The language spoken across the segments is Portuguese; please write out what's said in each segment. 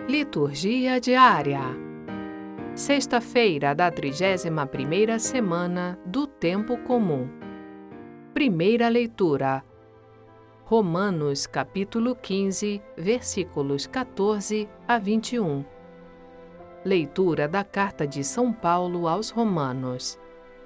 Liturgia diária. Sexta-feira da 31ª semana do Tempo Comum. Primeira leitura. Romanos capítulo 15, versículos 14 a 21. Leitura da Carta de São Paulo aos Romanos.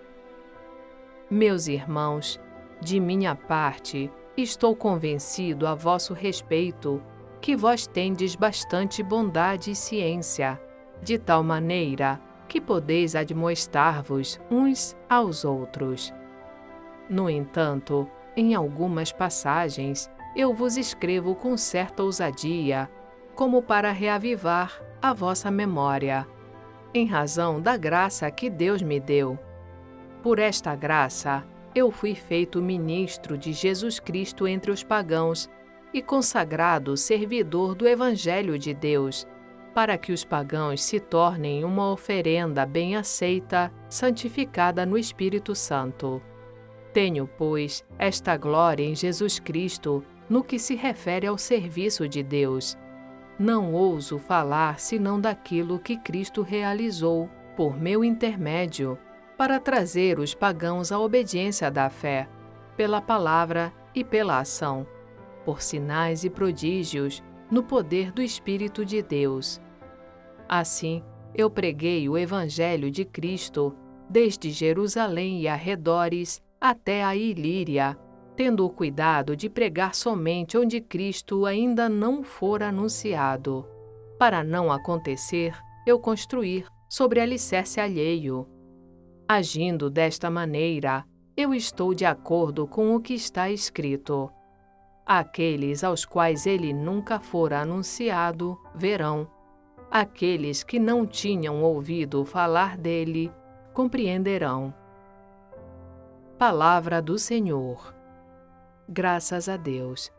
Meus irmãos, de minha parte, estou convencido a vosso respeito que vós tendes bastante bondade e ciência, de tal maneira que podeis admoestar-vos uns aos outros. No entanto, em algumas passagens, eu vos escrevo com certa ousadia, como para reavivar a vossa memória, em razão da graça que Deus me deu. Por esta graça, eu fui feito ministro de Jesus Cristo entre os pagãos e consagrado servidor do Evangelho de Deus, para que os pagãos se tornem uma oferenda bem aceita, santificada no Espírito Santo. Tenho, pois, esta glória em Jesus Cristo no que se refere ao serviço de Deus. Não ouso falar senão daquilo que Cristo realizou, por meu intermédio, para trazer os pagãos à obediência da fé, pela palavra e pela ação, por sinais e prodígios, no poder do Espírito de Deus. Assim, eu preguei o Evangelho de Cristo, desde Jerusalém e arredores até a Ilíria, tendo o cuidado de pregar somente onde Cristo ainda não fora anunciado, para não acontecer eu construir sobre alicerce alheio. Agindo desta maneira, eu estou de acordo com o que está escrito. Aqueles aos quais ele nunca fora anunciado, verão. Aqueles que não tinham ouvido falar dele, compreenderão. Palavra do Senhor. Graças a Deus.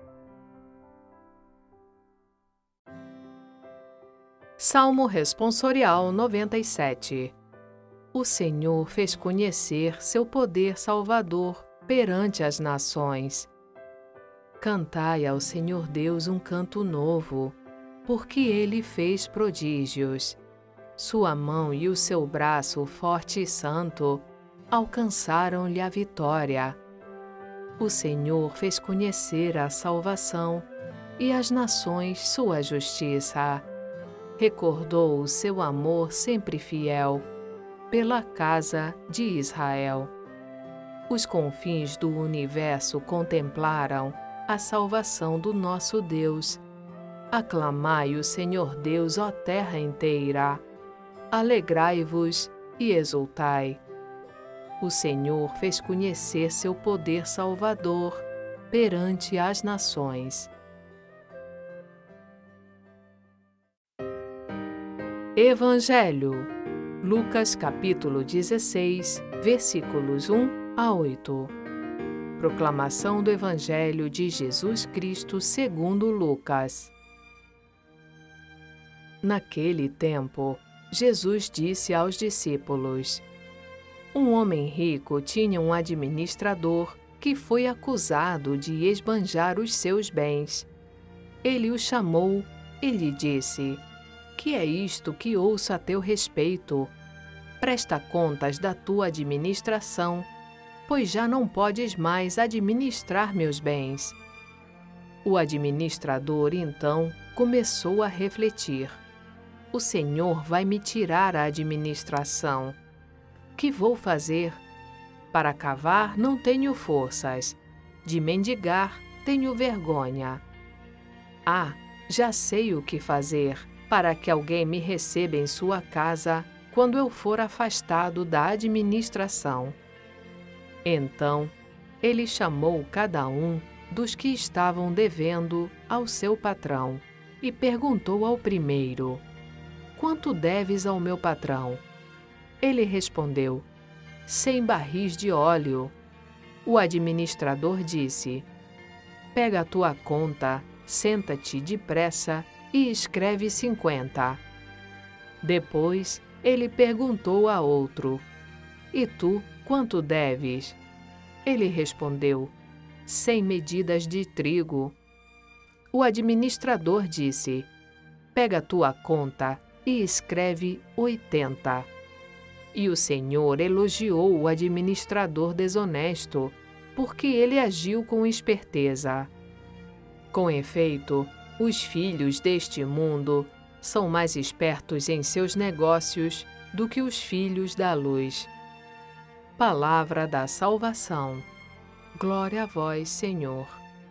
Salmo Responsorial 97. O Senhor fez conhecer seu poder salvador perante as nações. Cantai ao Senhor Deus um canto novo, porque Ele fez prodígios. Sua mão e o seu braço forte e santo alcançaram-lhe a vitória. O Senhor fez conhecer a salvação e as nações sua justiça. Recordou o seu amor sempre fiel pela casa de Israel. Os confins do universo contemplaram a salvação do nosso Deus. Aclamai o Senhor Deus, ó terra inteira. Alegrai-vos e exultai. O Senhor fez conhecer seu poder salvador perante as nações. Evangelho. Lucas capítulo 16, versículos 1 a 8. Proclamação do Evangelho de Jesus Cristo segundo Lucas. Naquele tempo, Jesus disse aos discípulos: Um homem rico tinha um administrador que foi acusado de esbanjar os seus bens. Ele o chamou e lhe disse: Que é isto que ouço a teu respeito? Presta contas da tua administração, pois já não podes mais administrar meus bens. O administrador, então, começou a refletir: O Senhor vai me tirar a administração. Que vou fazer? Para cavar não tenho forças, de mendigar tenho vergonha. Ah, já sei o que fazer para que alguém me receba em sua casa quando eu for afastado da administração. Então, ele chamou cada um dos que estavam devendo ao seu patrão e perguntou ao primeiro: Quanto deves ao meu patrão? Ele respondeu: 100 barris de óleo. O administrador disse: Pega a tua conta, senta-te depressa e escreve 50. Depois, ele perguntou a outro: E tu, quanto deves? Ele respondeu: 100 medidas de trigo. O administrador disse: Pega a tua conta e escreve 80. E o Senhor elogiou o administrador desonesto, porque ele agiu com esperteza. Com efeito, os filhos deste mundo são mais espertos em seus negócios do que os filhos da luz. Palavra da salvação. Glória a vós, Senhor.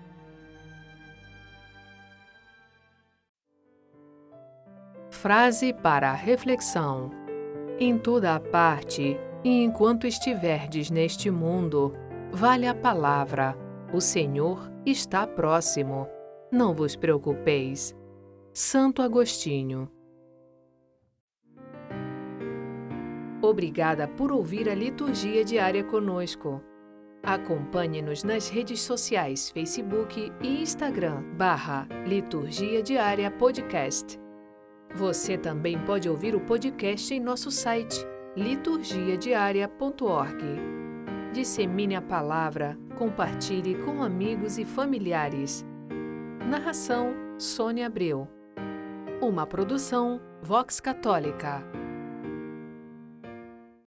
Frase para a reflexão. Em toda a parte, e enquanto estiverdes neste mundo, vale a palavra: o Senhor está próximo. Não vos preocupeis. Santo Agostinho. Obrigada por ouvir a liturgia diária conosco. Acompanhe-nos nas redes sociais Facebook e Instagram /Liturgia Diária Podcast. Você também pode ouvir o podcast em nosso site liturgiadiaria.org. Dissemine a palavra, compartilhe com amigos e familiares. Narração: Sônia Abreu. Uma produção Vox Católica.